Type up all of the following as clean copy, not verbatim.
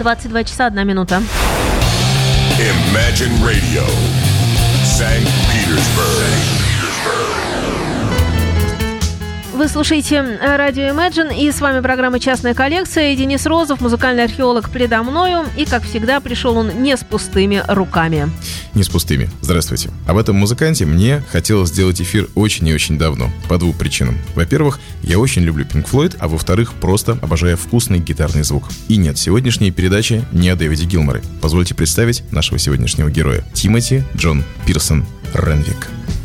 22 часа 1 минута. Imagine Radio, St. Petersburg. Вы слушаете радио Imagine, и с вами программа «Частная коллекция». И Денис Розов, музыкальный археолог, предо мною. И, как всегда, пришел он не с пустыми руками. Не с пустыми. Здравствуйте. Об этом музыканте мне хотелось сделать эфир очень и очень давно. По двум причинам. Во-первых, я очень люблю Pink Floyd, а во-вторых, просто обожаю вкусный гитарный звук. И нет, сегодняшняя передача не о Дэвиде Гилморе. Позвольте представить нашего сегодняшнего героя. Тимоти Джон Пирсон Ренвик.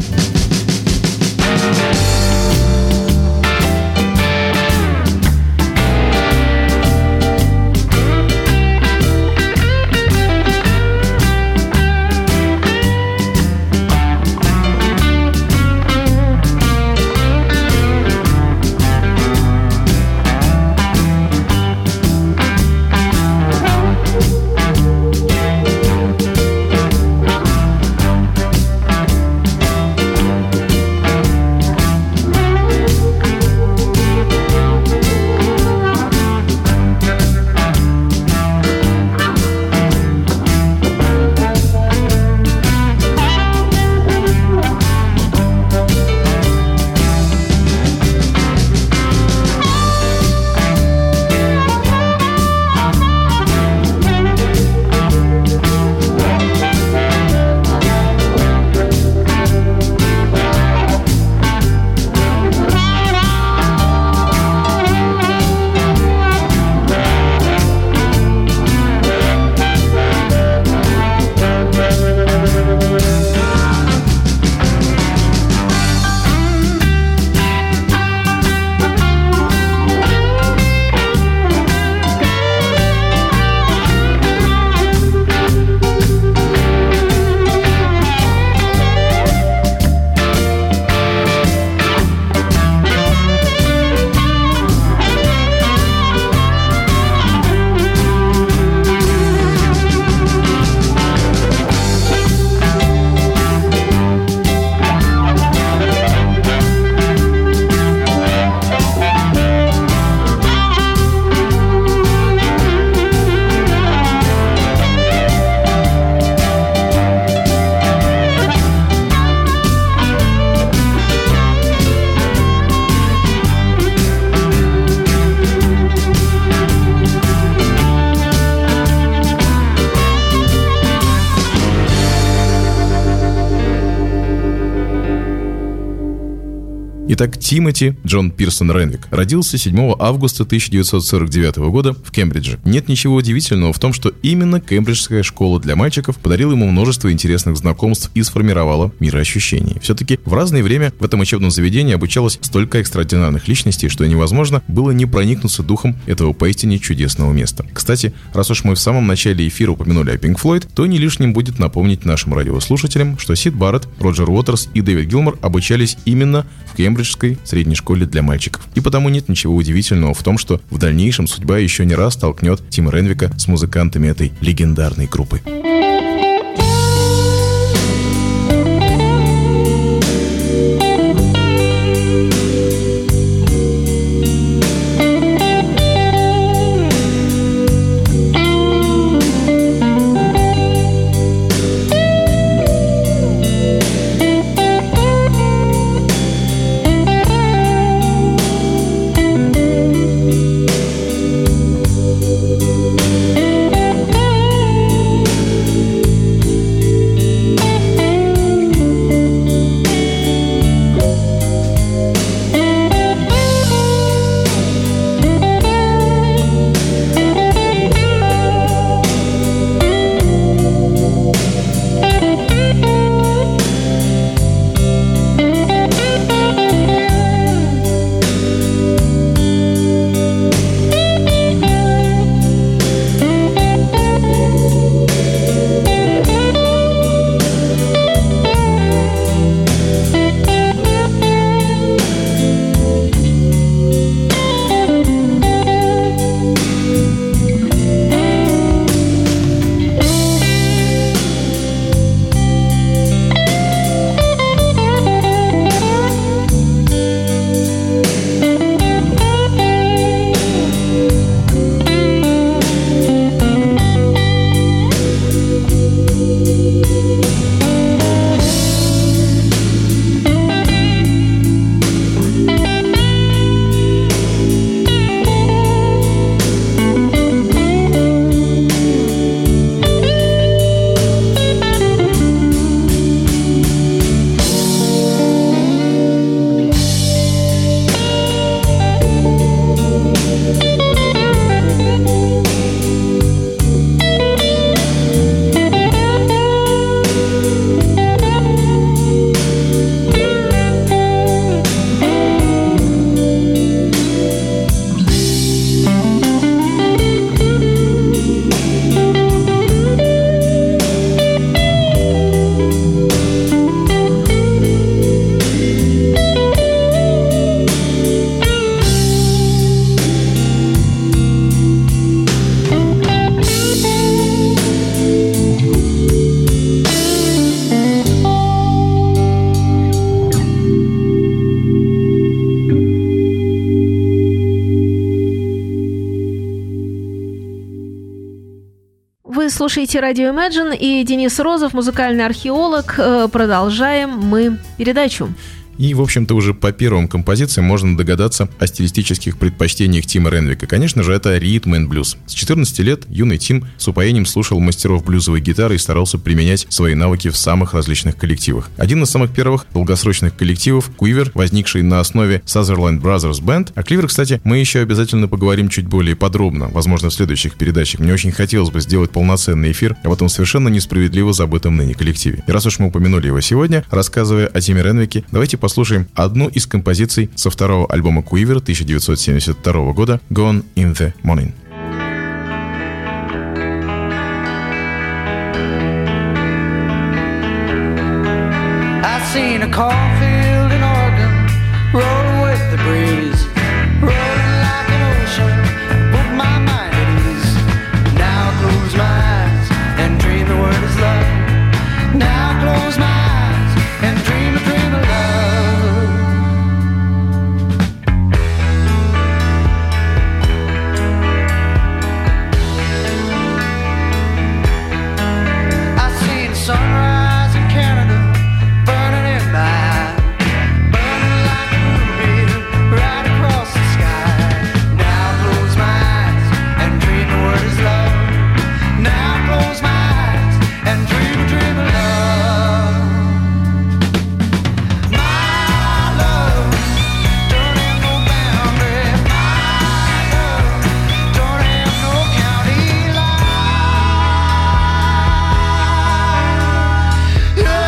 Итак, Тимоти Джон Пирсон Ренвик родился 7 августа 1949 года в Кембридже. Нет ничего удивительного в том, что именно Кембриджская школа для мальчиков подарила ему множество интересных знакомств и сформировала мироощущение. Все-таки в разное время в этом учебном заведении обучалось столько экстраординарных личностей, что невозможно было не проникнуться духом этого поистине чудесного места. Кстати, раз уж мы в самом начале эфира упомянули о Pink Floyd, то не лишним будет напомнить нашим радиослушателям, что Сид Барретт, Роджер Уотерс и Дэвид Гилмор обучались именно в Кембриджской средней школе для мальчиков. И потому нет ничего удивительного в том, что в дальнейшем судьба еще не раз столкнет Тима Ренвика с музыкантами этой легендарной группы. Вы слушаете радио Imagine и Денис Розов, музыкальный археолог. Продолжаем мы передачу. И, в общем-то, уже по первым композициям можно догадаться о стилистических предпочтениях Тима Ренвика. Конечно же, это ритм энд блюз. С 14 лет юный Тим с упоением слушал мастеров блюзовой гитары и старался применять свои навыки в самых различных коллективах. Один из самых первых долгосрочных коллективов — Quiver, возникший на основе Sutherland Brothers Band. О Quiver, кстати, мы еще обязательно поговорим чуть более подробно, возможно, в следующих передачах. Мне очень хотелось бы сделать полноценный эфир об этом совершенно несправедливо забытом ныне коллективе. И раз уж мы упомянули его сегодня, рассказывая о Тиме Ренвике, давайте послушаем одну из композиций со второго альбома Quiver 1972 года «Gone in the Morning». Seen a cornfield in Oregon, rolling with the breeze, rolling like an ocean, put my mind at ease. Now close my eyes and dream the word is love. Now close my eyes and dream a dream of love. I seen sunrise in Canada, burning in my eye, burning like a ruby right across the sky. Now close my eyes and dream the word is love. Now close my eyes and dream a dream of love. My love don't have no boundary. My love don't have no county line. Yeah.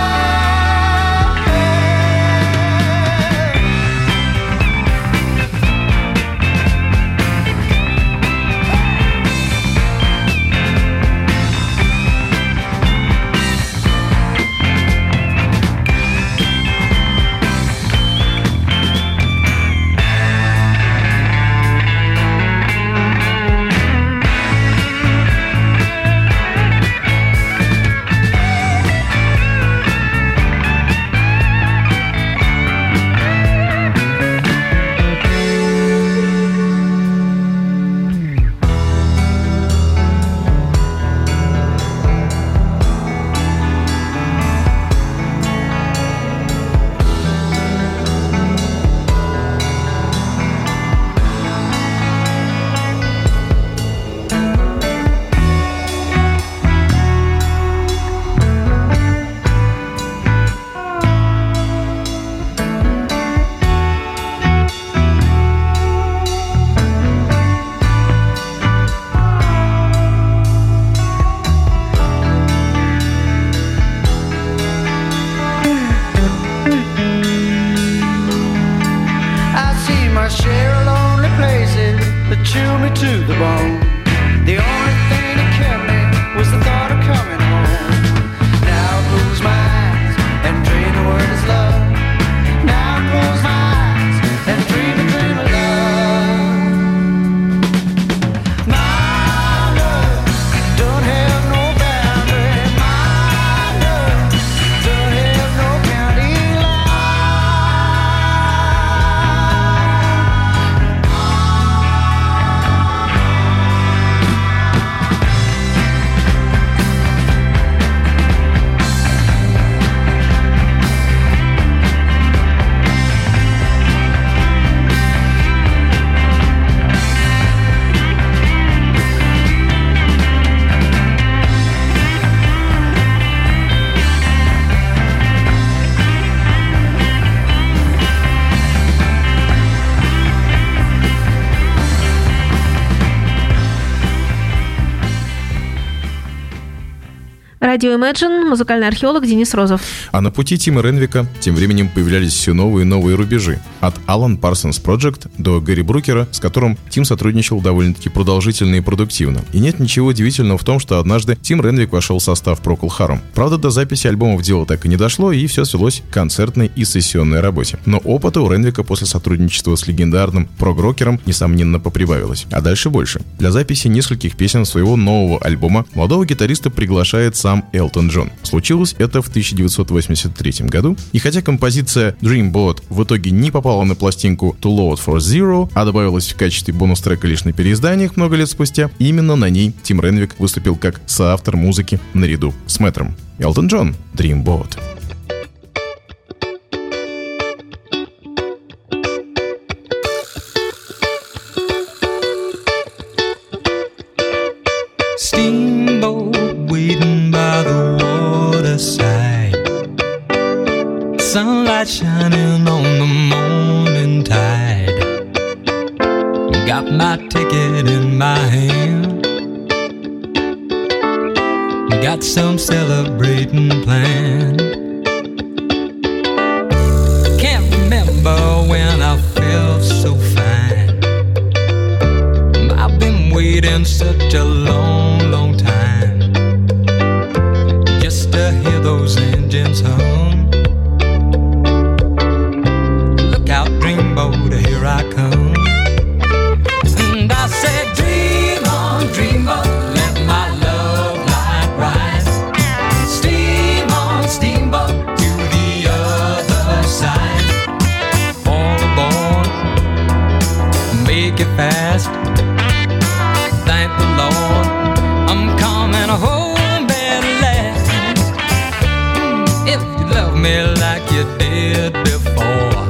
I see my share of lonely places that chew me to the bone. The only thing that kept me was the thought of coming home. Now close my eyes and dream the word is love. Now close my eyes and dream a dream of love. My love don't have no boundary. My love don't have no county line. Радио Imagine, музыкальный археолог Денис Розов. А на пути Тима Ренвика тем временем появлялись все новые и новые рубежи. От Alan Parsons Project до Гэри Брукера, с которым Тим сотрудничал довольно-таки продолжительно и продуктивно. И нет ничего удивительного в том, что однажды Тим Ренвик вошел в состав Procol Harum. Правда, до записи альбомов дело так и не дошло, и все свелось к концертной и сессионной работе. Но опыта у Ренвика после сотрудничества с легендарным прог-рокером, несомненно, поприбавилось. А дальше больше. Для записи нескольких песен своего нового альбома молодого гитариста приглашает сам Элтон Джон. Случилось это в 1983 году, и хотя композиция Dreamboat в итоге не попала на пластинку To Load for Zero, а добавилась в качестве бонус-трека лишь на переизданиях много лет спустя, именно на ней Тим Ренвик выступил как соавтор музыки наряду с мэтром. Элтон Джон, Dreamboat. Steamboat waiting by the waterside, sunlight shining on the morning tide. Got my ticket in my hand, got some celebrating planned. Can't remember when I felt so fine. I've been waiting such a long time just to hear those engines hum. Look out, Dreamboat, here I come. And I said, dream on, Dreamboat, let my love light rise. Steam on, steamboat, to the other side. All aboard, make it fast. Thank the Lord, I'm coming home at last. If you love me like you did before,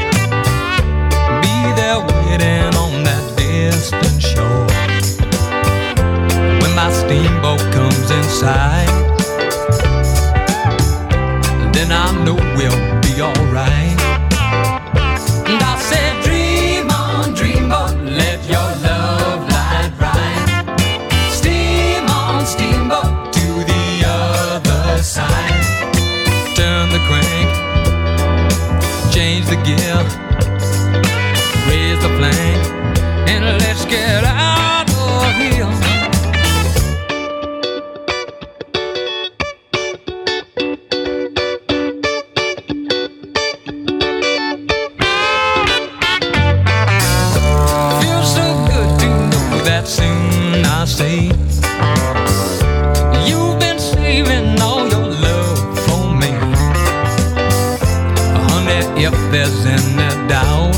be there waiting on that distant shore. When my steamboat comes inside, then I know we'll be alright. And I said, dream on, Dreamboat, let your love light rise. Steam on, steamboat, to the other side. Turn the crank, change the gear, raise the flank, and let's get out of here. Feels so good to know that soon I'll say you've been saving all your love for me. Honey, if there's any doubt,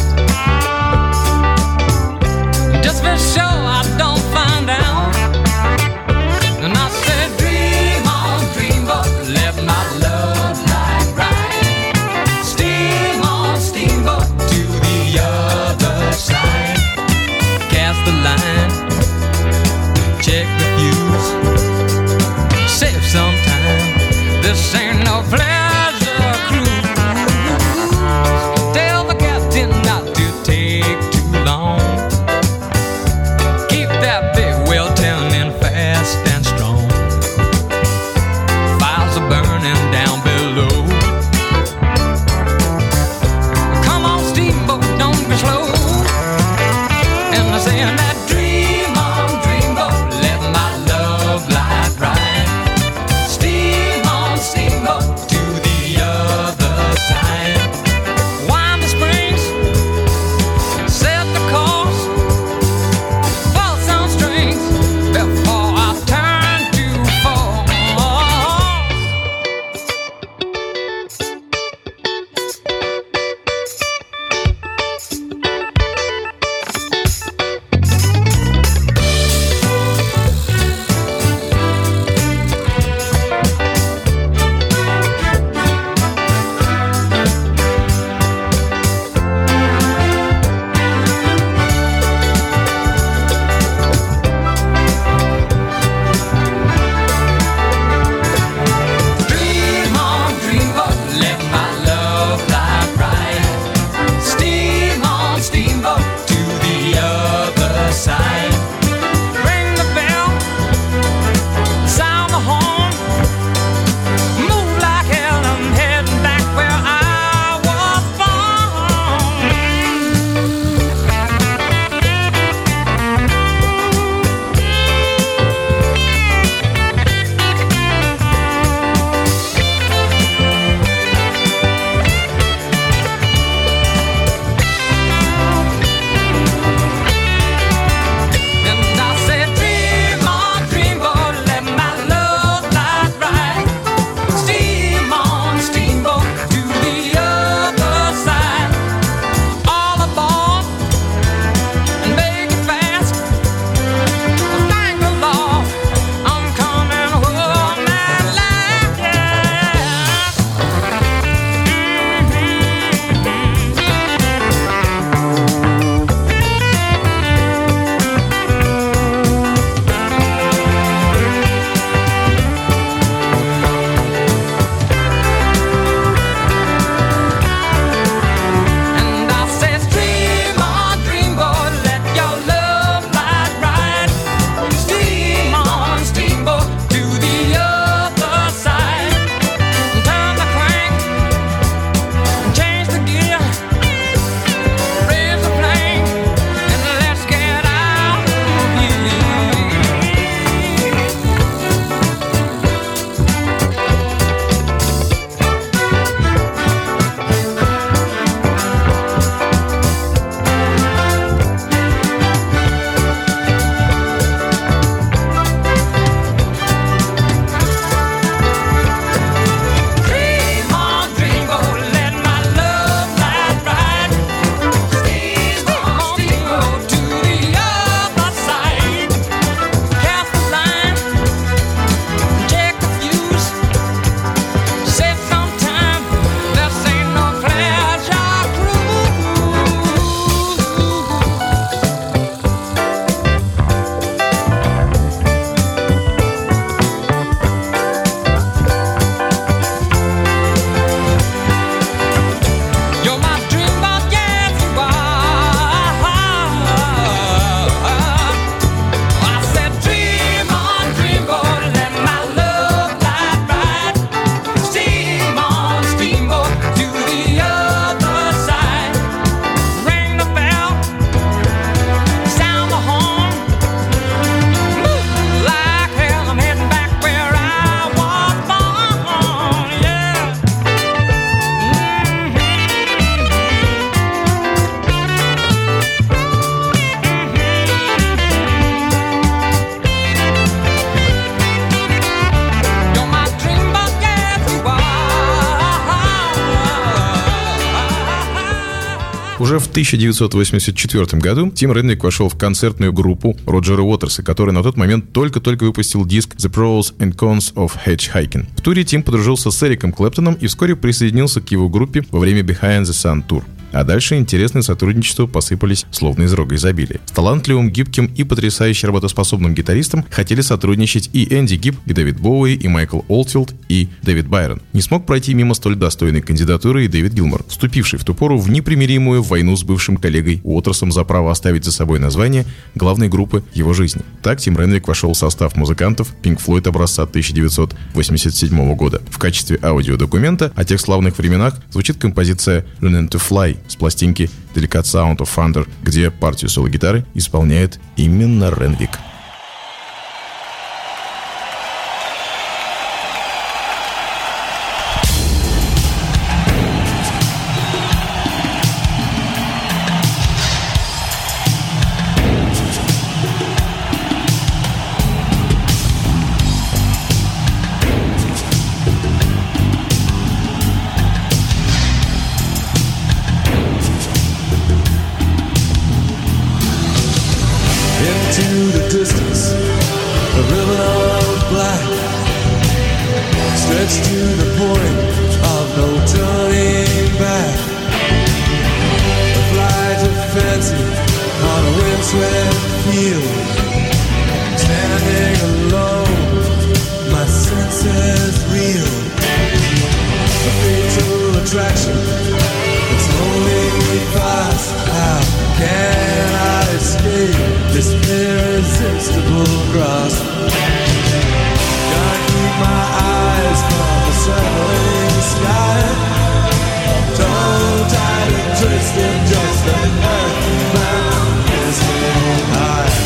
just be sure I don't find out. And I said, dream on, Dreamboat, let my love light rise. Steam on, steamboat, to the other side. Cast the line, check the fuse, save some time. This ain't no pleasure cruise. Tell the captain not to take too long. Keep that big wheel turning fast and strong. Fires are burning down below. Come on, steamboat, don't be slow. And I say that dream on, Dreamboat, let my love light rise. Steam on, steamboat, to the other side. Wind the springs, set the course, pull some strings before I turn to force. Dream on, Dreamboat, let my love light rise. Steam on, steamboat, to the other side. Ring the bell, sound the horn, move like hell, I'm heading back where I was born. Уже в 1984 году Тим Ренвик вошел в концертную группу Роджера Уотерса, который на тот момент только-только выпустил диск «The Pros and Cons of Hitchhiking». В туре Тим подружился с Эриком Клэптоном и вскоре присоединился к его группе во время Behind the Sun Tour. А дальше интересные сотрудничества посыпались словно из рога изобилия. С талантливым, гибким и потрясающе работоспособным гитаристом хотели сотрудничать и Энди Гиб, и Дэвид Боуи, и Майкл Олдфилд, и Дэвид Байрон. Не смог пройти мимо столь достойной кандидатуры и Дэвид Гилмор, вступивший в ту пору в непримиримую войну с бывшим коллегой Уотерсом за право оставить за собой название главной группы его жизни. Так Тим Ренвик вошел в состав музыкантов Pink Floyd образца 1987 года. В качестве аудиодокумента о тех славных временах звучит композиция «Learning to Fly» с пластинки Delicate Sound of Thunder, где партию соло-гитары исполняет именно Ренвик. Into the distance, a ribbon of black stretched to the point of no turning back. A flight of fancy on a windswept field, standing alone, my senses reel. A fatal attraction that's holding me fast. How can I escape this irresistible grasp? Can't keep my eyes from the circling sky. Tongue tied and twisted, just an earthbound missing high.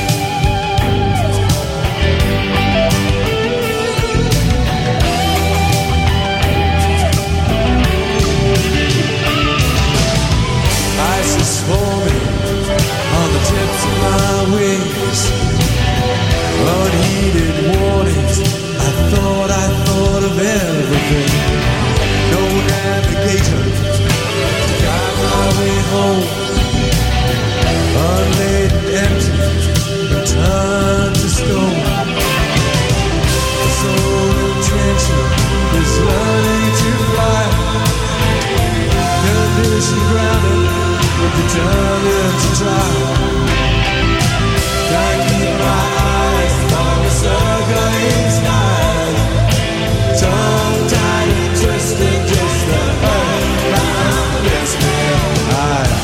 Ice is forming on the tips of my wings. Unheeded warnings, I thought of everything. No navigator to guide my way home. Unladen, empty, and turned to stone. The sole intention is learning to fly. Condition grounded, but determined to try. Can't keep my eyes on the circling sky. Tongue-tied and twisted, just the earthbound missing high.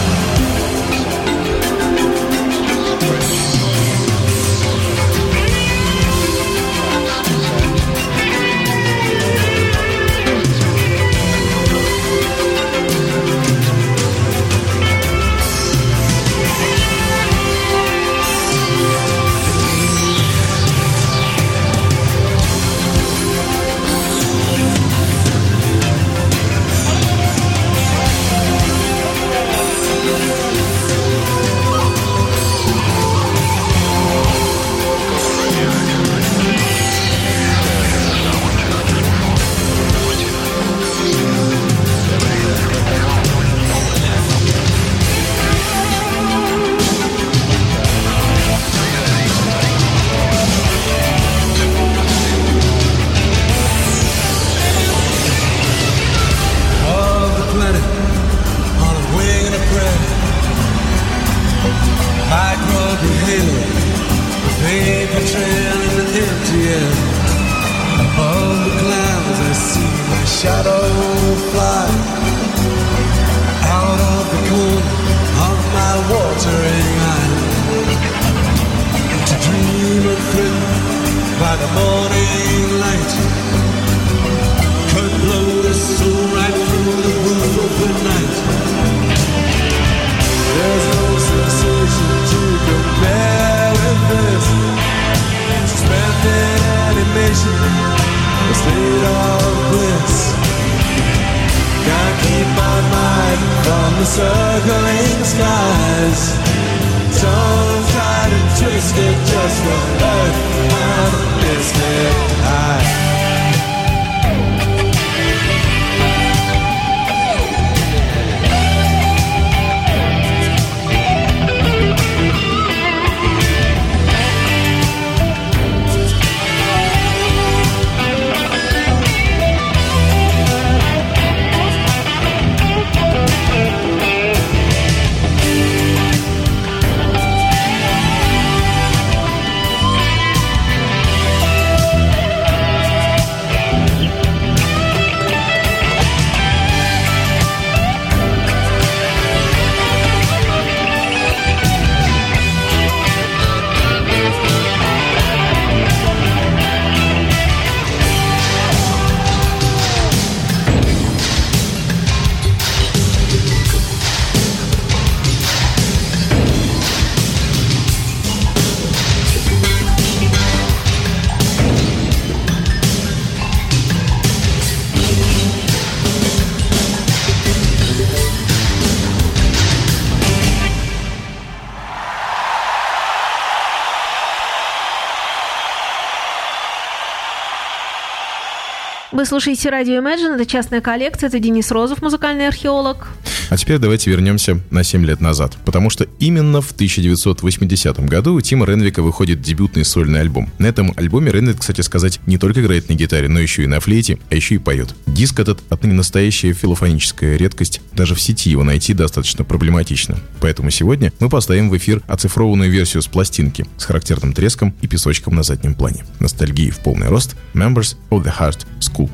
Вы слушаете радио Imagine, это частная коллекция, это Денис Розов, музыкальный археолог. А теперь давайте вернемся на 7 лет назад, потому что именно в 1980 году у Тима Ренвика выходит дебютный сольный альбом. На этом альбоме Ренвик, кстати сказать, не только играет на гитаре, но еще и на флейте, а еще и поет. Диск этот отныне настоящая филофоническая редкость, даже в сети его найти достаточно проблематично. Поэтому сегодня мы поставим в эфир оцифрованную версию с пластинки с характерным треском и песочком на заднем плане. Ностальгии в полный рост. Members of the Heart School.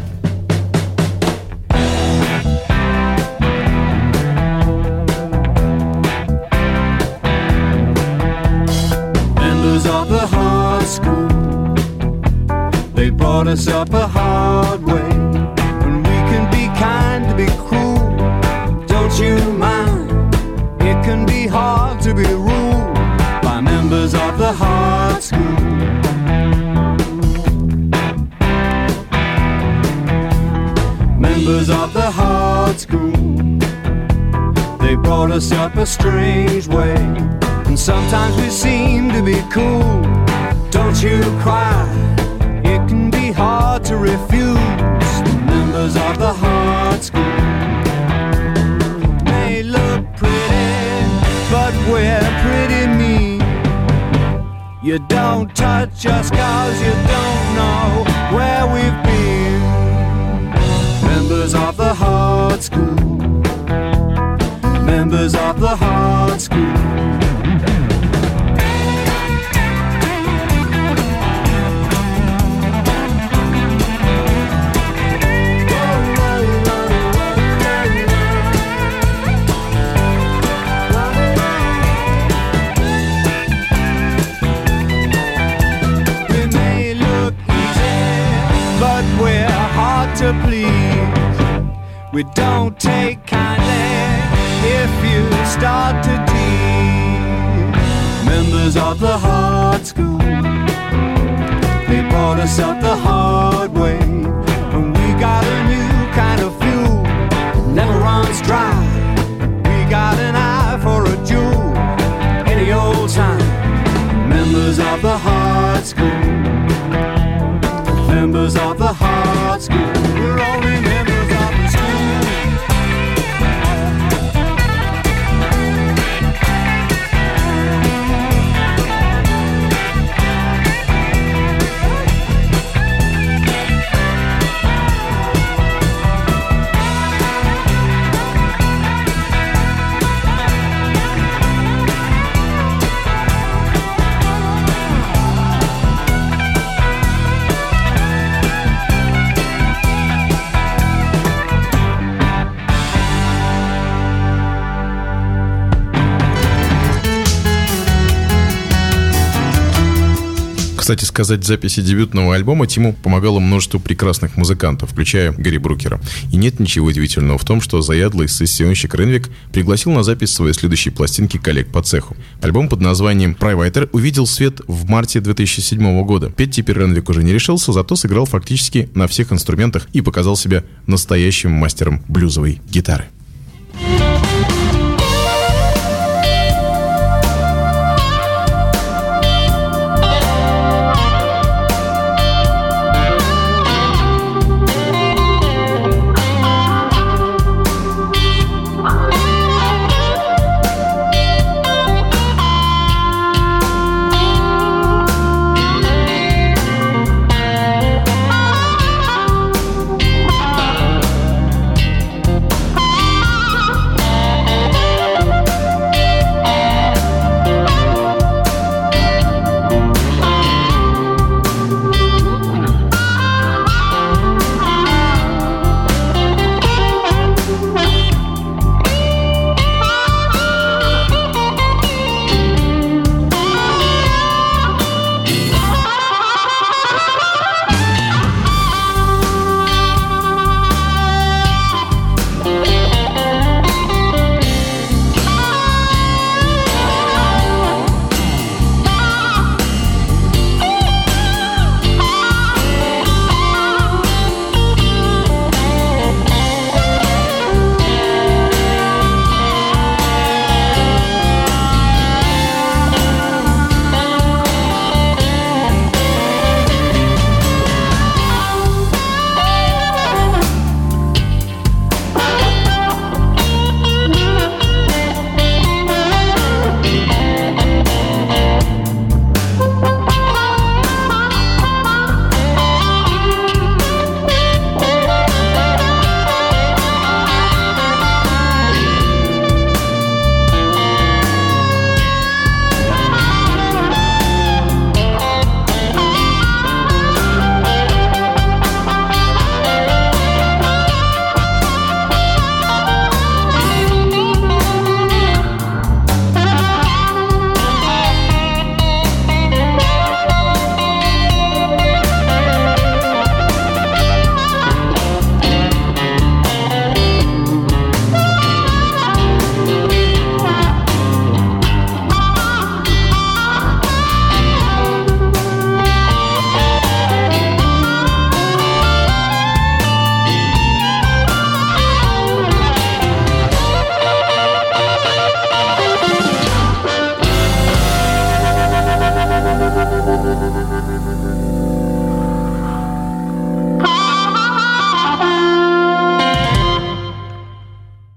Of the hard school, they brought us up a hard way, and we can be kind to be cruel, don't you mind? It can be hard to be ruled by members of the hard school. Members of the hard school, they brought us up a strange way. And sometimes we seem to be cool. Don't you cry, it can be hard to refuse. Members of the hard school may look pretty, but we're pretty mean. You don't touch us 'cause you don't know where we've been. Members of the hard school, members of the hard school. To please, we don't take kindly if you start to tease. Members of the hard school, they brought us up the hard way, and we got a new kind of fuel, never runs dry. We got an eye for a jewel, any old time. Members of the hard school, members of the hard school. We're only members of the school. Кстати сказать, записи дебютного альбома Тиму помогало множество прекрасных музыкантов, включая Гарри Брукера. И нет ничего удивительного в том, что заядлый сессионщик Ренвик пригласил на запись своей следующей пластинки коллег по цеху. Альбом под названием «Priviter» увидел свет в марте 2007 года. Петь теперь Ренвик уже не решился, зато сыграл фактически на всех инструментах и показал себя настоящим мастером блюзовой гитары.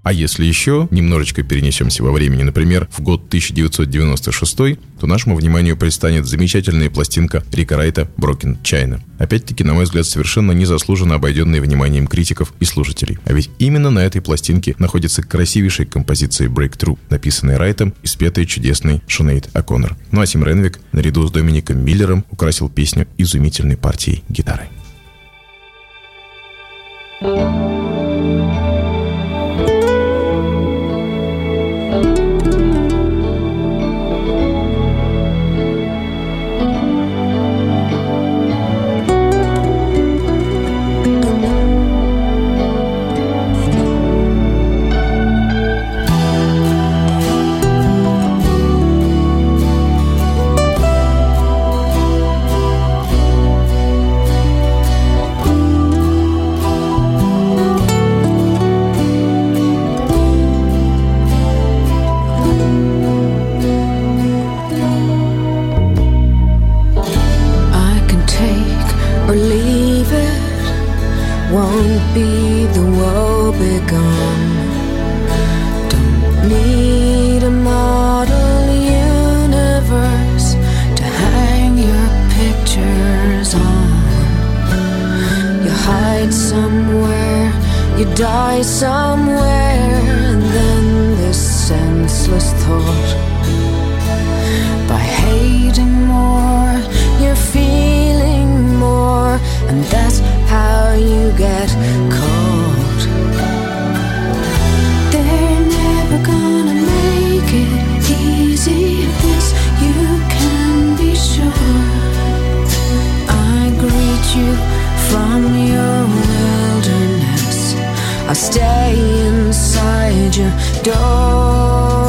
А если еще немножечко перенесемся во времени, например, в год 1996, то нашему вниманию предстанет замечательная пластинка Рика Райта «Broken China». Опять-таки, на мой взгляд, совершенно незаслуженно обойденная вниманием критиков и слушателей. А ведь именно на этой пластинке находится красивейшая композиция «Breakthrough», написанная Райтом и спетая чудесной Шунейд О'Коннор. Ну а Тим Ренвик наряду с Домиником Миллером украсил песню изумительной партией гитары. Die somewhere, and then this senseless thought. By hating more, you're feeling more, and that's how you get caught. They're never gonna make it easy, this you can be sure. I greet you from your wilderness, I stay inside your door.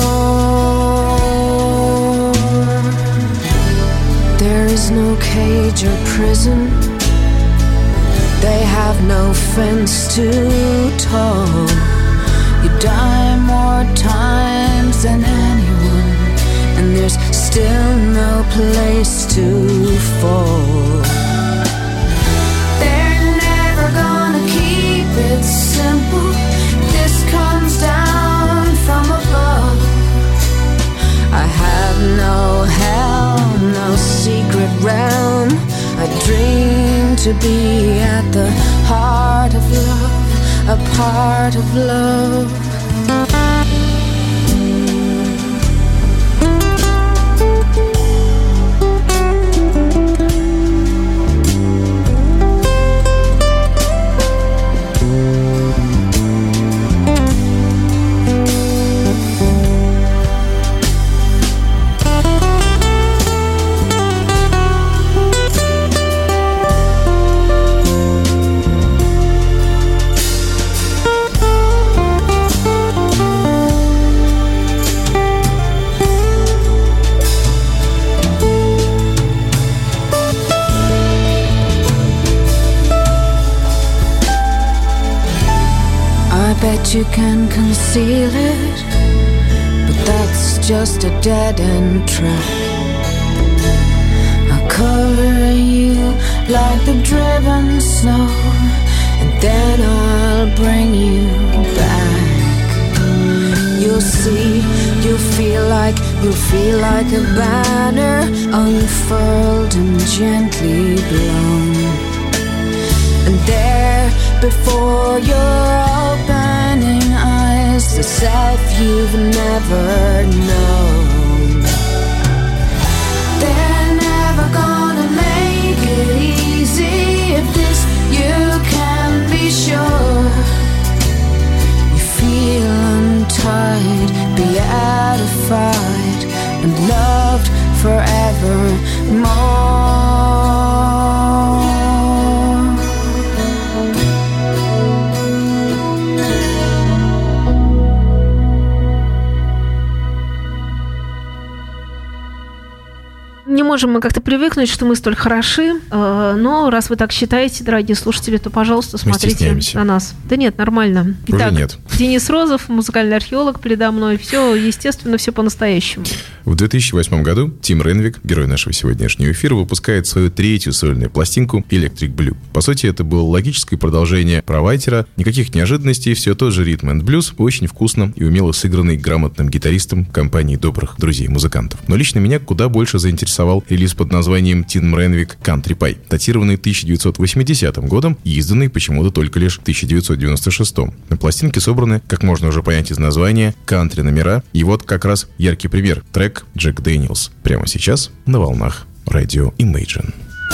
There is no cage or prison, they have no fence too tall. You die more times than anyone, and there's still no place to fall. They're never gonna keep it simple, this comes down from above. I have no hell, no secret realm, I dream to be at the heart of love, a part of love. Bet you can conceal it, but that's just a dead-end track. I'll cover you like the driven snow, and then I'll bring you back. You'll see, you'll feel like a banner unfurled and gently blown. And there before your opening eyes, the self you've never known. They're never gonna make it easy, if this you can be sure. You feel untied, beatified, and loved forevermore. Не можем мы как-то привыкнуть, что мы столь хороши, но раз вы так считаете, дорогие слушатели, то, пожалуйста, смотрите стесняемся. на нас. Да нет, нормально. Уже Итак, нет. Денис Розов, музыкальный археолог передо мной. Все, естественно, все по-настоящему. В 2008 году Тим Ренвик, герой нашего сегодняшнего эфира, выпускает свою третью сольную пластинку «Electric Blue». По сути, это было логическое продолжение «Провайтера», никаких неожиданностей, все тот же ритм энд блюз, очень вкусно и умело сыгранный грамотным гитаристом компании добрых друзей-музыкантов. Но лично меня куда больше заинтересовал релиз под названием «Тим Ренвик Country Pie», датированный 1980 годом и изданный почему-то только лишь в 1996. На пластинке собраны, как можно уже понять из названия, кантри-номера, и вот как раз яркий пример – трек «Джек Дэниелс». Прямо сейчас на волнах Radio Imagine.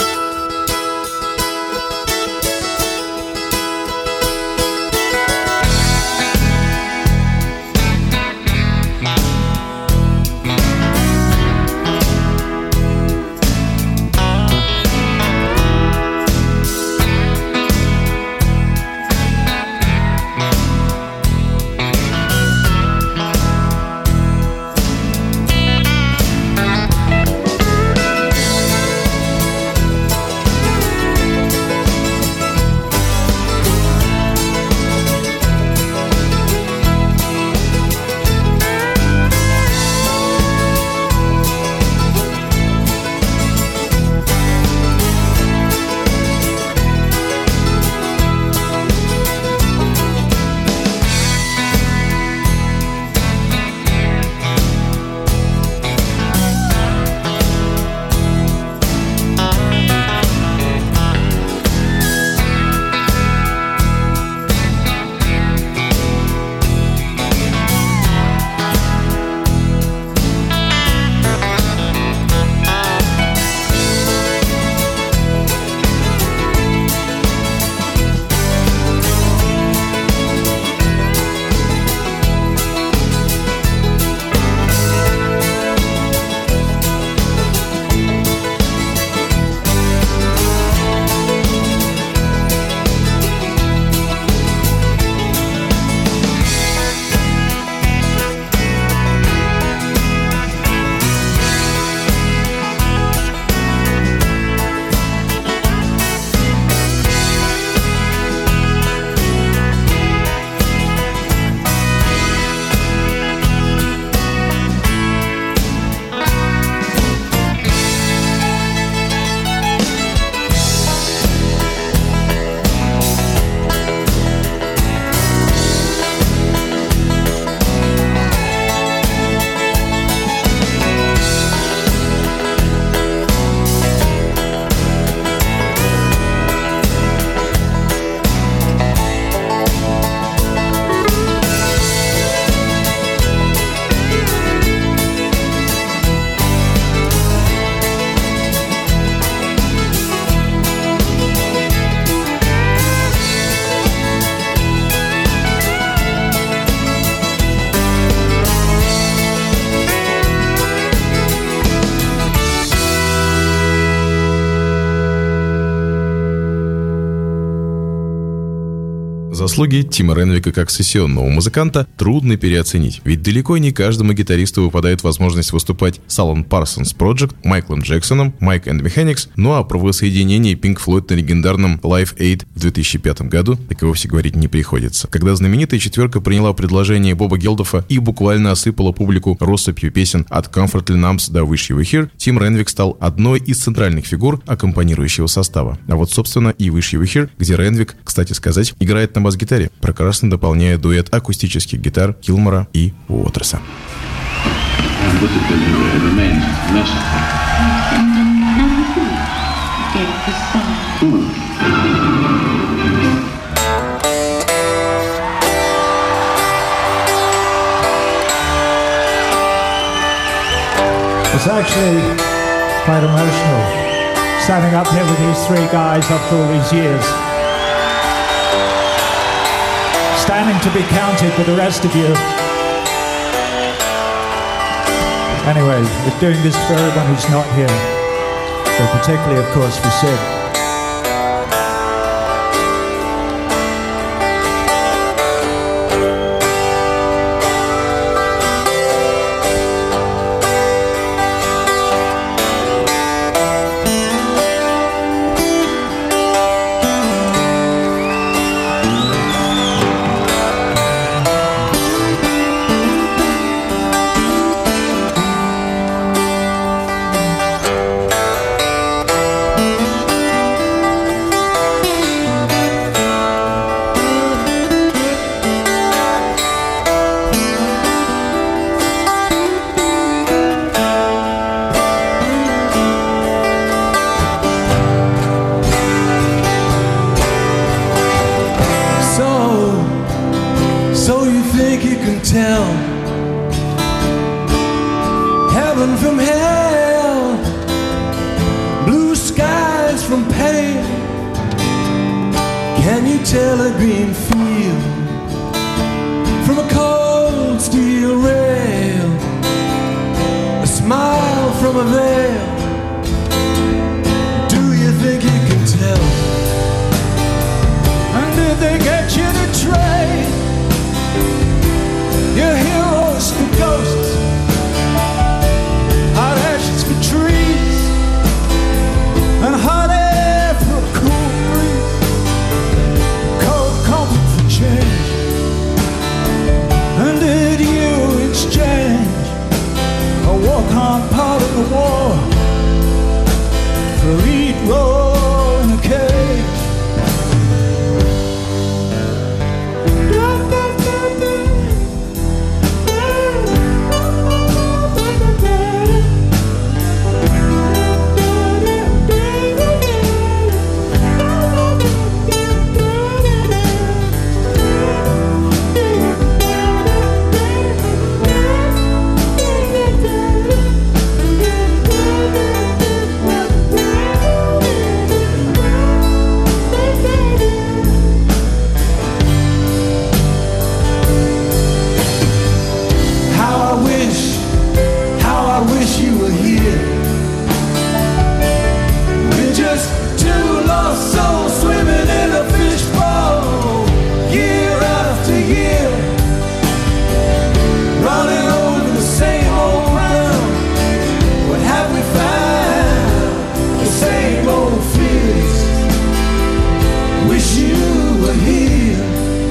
Заслуги Тима Ренвика как сессионного музыканта трудно переоценить, ведь далеко не каждому гитаристу выпадает возможность выступать с Alan Parsons Project, Майклом Джексоном, Mike and Mechanics, ну а про воссоединение Pink Floyd на легендарном Live Aid в 2005 году так и вовсе говорить не приходится. Когда знаменитая четверка приняла предложение Боба Гелдофа и буквально осыпала публику россыпью песен от Comfortably Numb до Wish You Were Here, Тим Ренвик стал одной из центральных фигур аккомпанирующего состава. А вот, собственно, и Wish You Were Here, где Ренвик, кстати сказать, играет на бас-гитаре, прекрасно дополняя дуэт акустических гитар Килмора и Уотерса. It's actually quite emotional standing up here with these three guys after all these years. Standing to be counted with the rest of you. Anyway, we're doing this for everyone who's not here, but particularly, of course, for Sid. tell a green field from a cold steel rail, a smile from a veil. Do you think you can tell? And did they get you to trade your heroes for ghosts, hot ashes for trees, and hot air for a cool breeze, cold comfort for change? And did you exchange a walk-on part of the war for eat raw in a cage? I wish you were here. We're just two lost souls swimming in a fishbowl, year after year, running over the same old ground. What have we found? The same old fears. Wish you were here.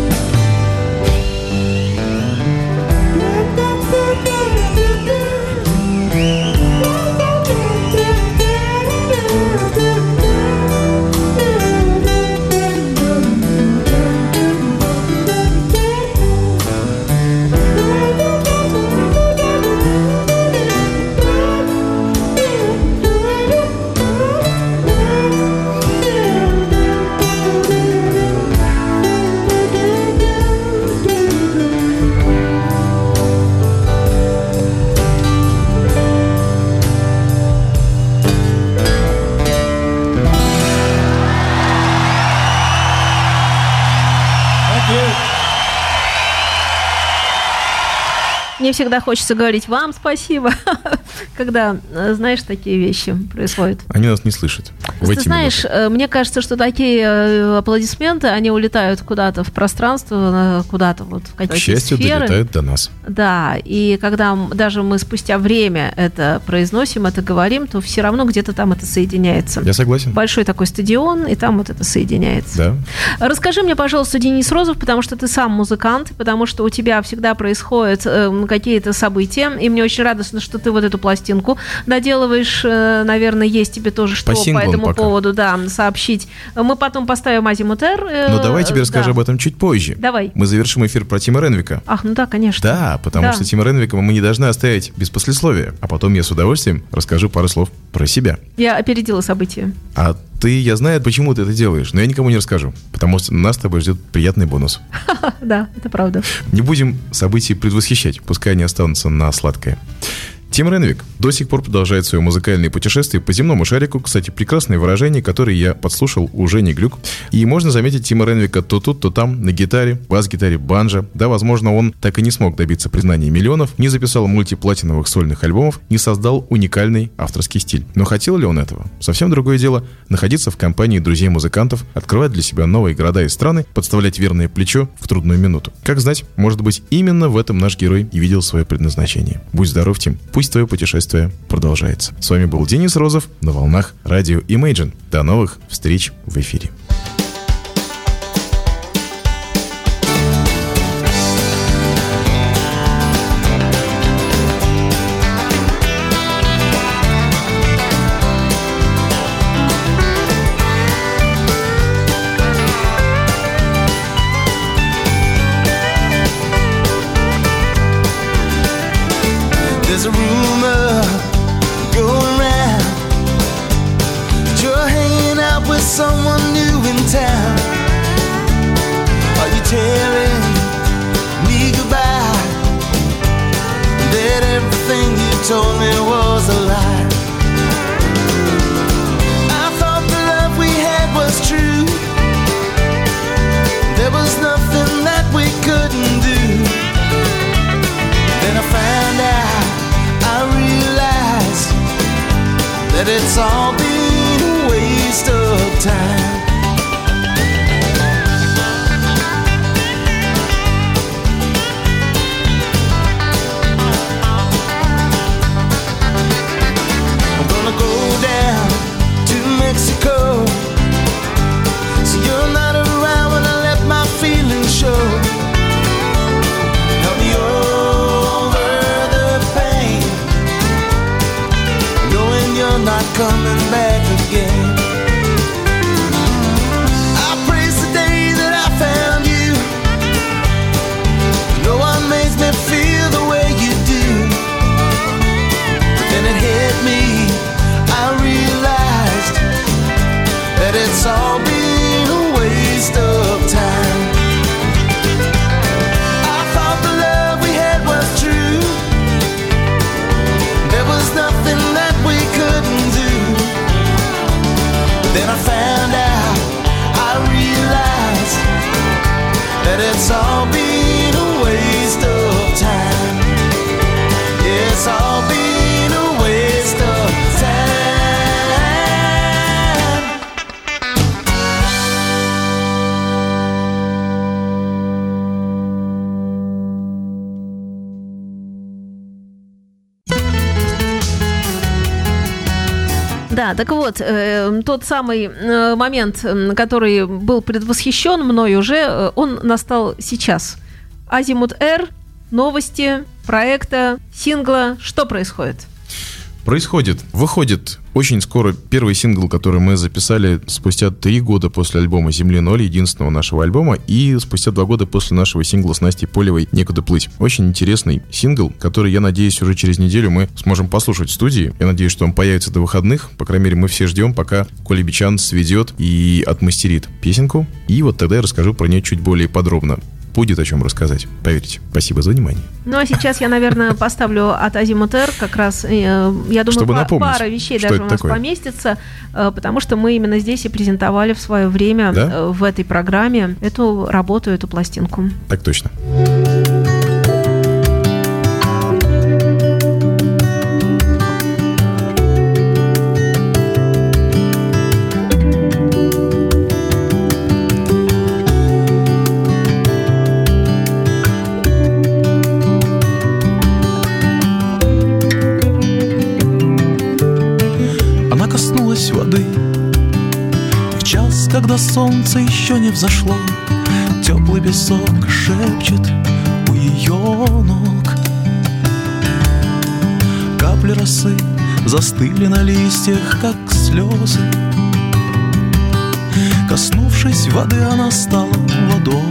Мне всегда хочется говорить вам спасибо, когда, знаешь, такие вещи происходят. Они нас не слышат. Ты знаешь, мне кажется, что такие аплодисменты, они улетают куда-то в пространство, куда-то вот в какие-то сферы. К счастью, долетают до нас. Да, и когда даже мы спустя время это произносим, это говорим, то все равно где-то там это соединяется. Я согласен. Большой такой стадион, и там вот это соединяется. Да. Расскажи мне, пожалуйста, Денис Розов, потому что ты сам музыкант, потому что у тебя всегда происходят какие-то события, и мне очень радостно, что ты вот эту пластинку доделываешь. Наверное, есть тебе тоже что по этому поводу сообщить. Мы потом поставим Азимутер. Но давай тебе расскажу об этом чуть позже. Давай. Мы завершим эфир про Тима Ренвика. Ах, ну да, конечно. Да, потому что Тима Ренвика мы не должны оставить без послесловия. А потом я с удовольствием расскажу пару слов про себя. Я опередила события. А я знаю, почему ты это делаешь, но я никому не расскажу, потому что нас с тобой ждет приятный бонус. Да, это правда. Не будем события предвосхищать, пускай они останутся на сладкое. Тим Ренвик до сих пор продолжает свое музыкальное путешествие по земному шарику. Кстати, прекрасное выражение, которое я подслушал у Жени Глюк. И можно заметить Тима Ренвика то тут, то там, на гитаре, бас-гитаре, банджо. Да, возможно, он так и не смог добиться признания миллионов, не записал мультиплатиновых сольных альбомов, не создал уникальный авторский стиль. Но хотел ли он этого? Совсем другое дело — находиться в компании друзей-музыкантов, открывать для себя новые города и страны, подставлять верное плечо в трудную минуту. Как знать, может быть, именно в этом наш герой и видел свое предназначение. Будь здоров, Тим. Пусть твое путешествие продолжается. С вами был Денис Розов на волнах радио Imagine. До новых встреч в эфире. There's a rumor going round that you're hanging out with someone new. that it's all been a waste of time. I'm gonna go down to Mexico, so you're not around when I let my feelings show. Help me over the pain, knowing you're not coming back again. I praise the day that I found you. No one makes me feel the way you do. But then it hit me, I realized that it's all been a waste of time. I thought the love we had was true. There was nothing that we couldn't do. But then I found out, I realized that it's all been a waste of time. Yeah, it's all been a waste of time. Да, так вот, тот самый момент, который был предвосхищен мной уже, он настал сейчас. Азимут Р, новости проекта, сингла. Что происходит? Выходит очень скоро первый сингл, который мы записали спустя 3 года после альбома «Земли-0», единственного нашего альбома, и спустя 2 года после нашего сингла с Настей Полевой «Некуда плыть». Очень интересный сингл, который, я надеюсь, уже через неделю мы сможем послушать в студии. Я надеюсь, что он появится до выходных. По крайней мере, мы все ждем, пока Коля Бичан сведет и отмастерит песенку. И вот тогда я расскажу про нее чуть более подробно. Будет о чем рассказать, поверьте. Спасибо за внимание. Ну, а сейчас я, наверное, поставлю от Азимут Р как раз, я думаю, пара вещей даже у нас поместится, потому что мы именно здесь и презентовали в свое время, да? В этой программе эту работу, эту пластинку. Так точно. Воды. В час, когда солнце еще не взошло, теплый песок шепчет у ее ног. Капли росы застыли на листьях, как слезы. Коснувшись воды, она стала водой.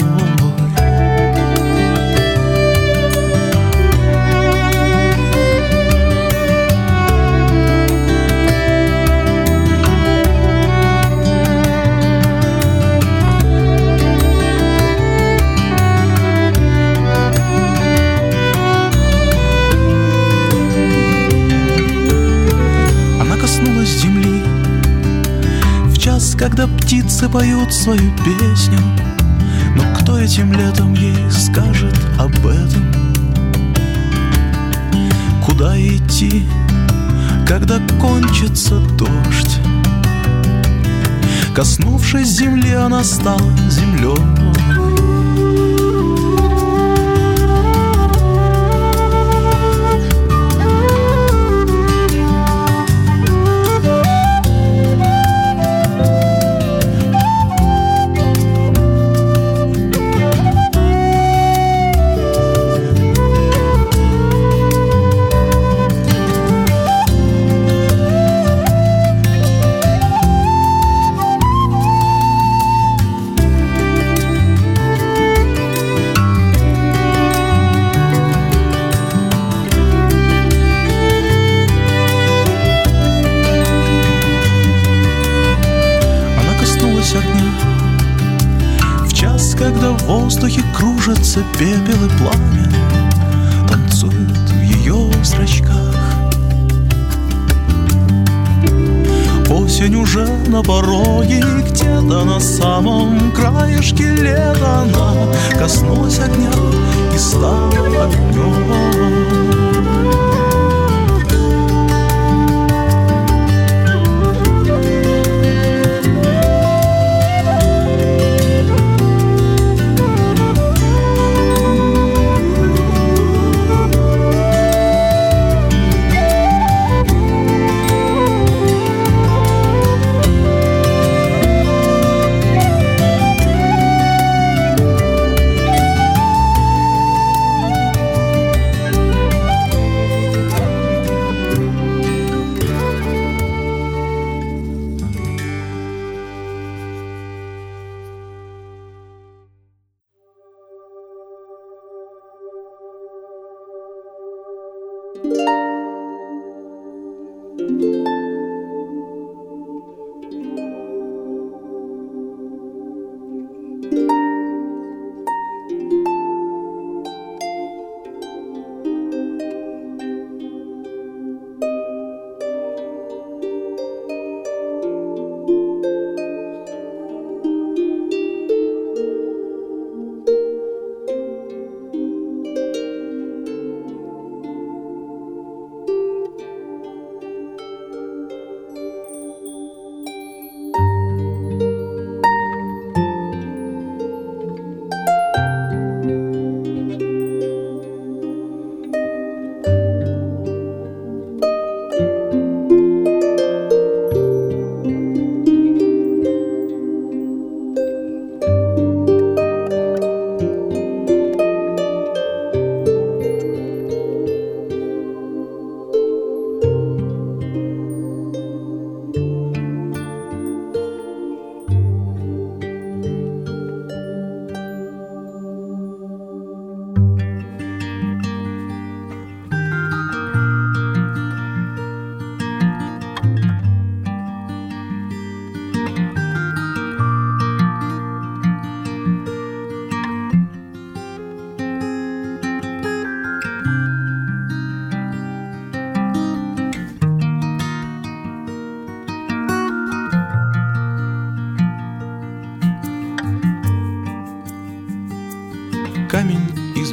Земли в час, когда птицы поют свою песню, но кто этим летом ей скажет об этом? Куда идти, когда кончится дождь? Коснувшись земли, она стала землей. Когда в воздухе кружится пепел и пламя, танцует в ее зрачках. Осень уже на пороге, и где-то на самом краешке лета она коснулась огня и стала огнем.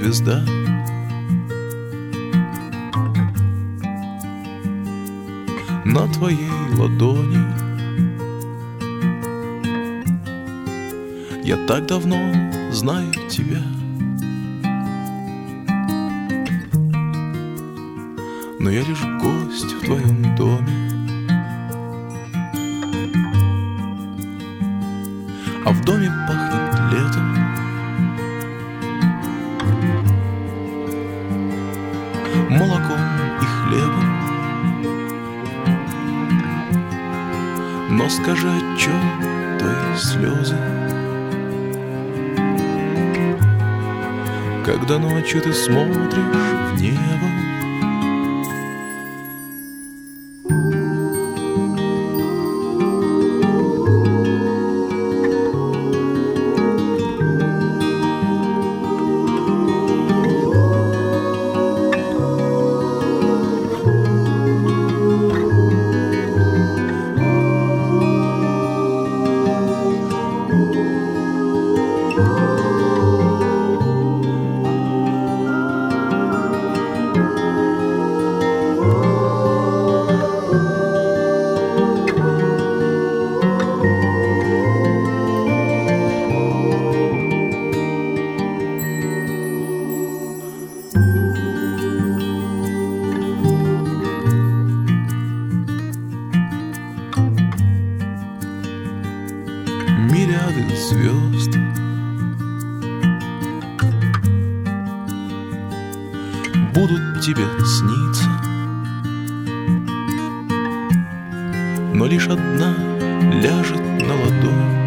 звезда. На твоей ладони я так давно знаю тебя. Но я лишь гость в твоем доме. А в доме пахнет летом. Молоком и хлебом. Но скажи, о чем твои слезы, когда ночью ты смотришь в небо? Мириады звезд будут тебе сниться, но лишь одна ляжет на ладонь.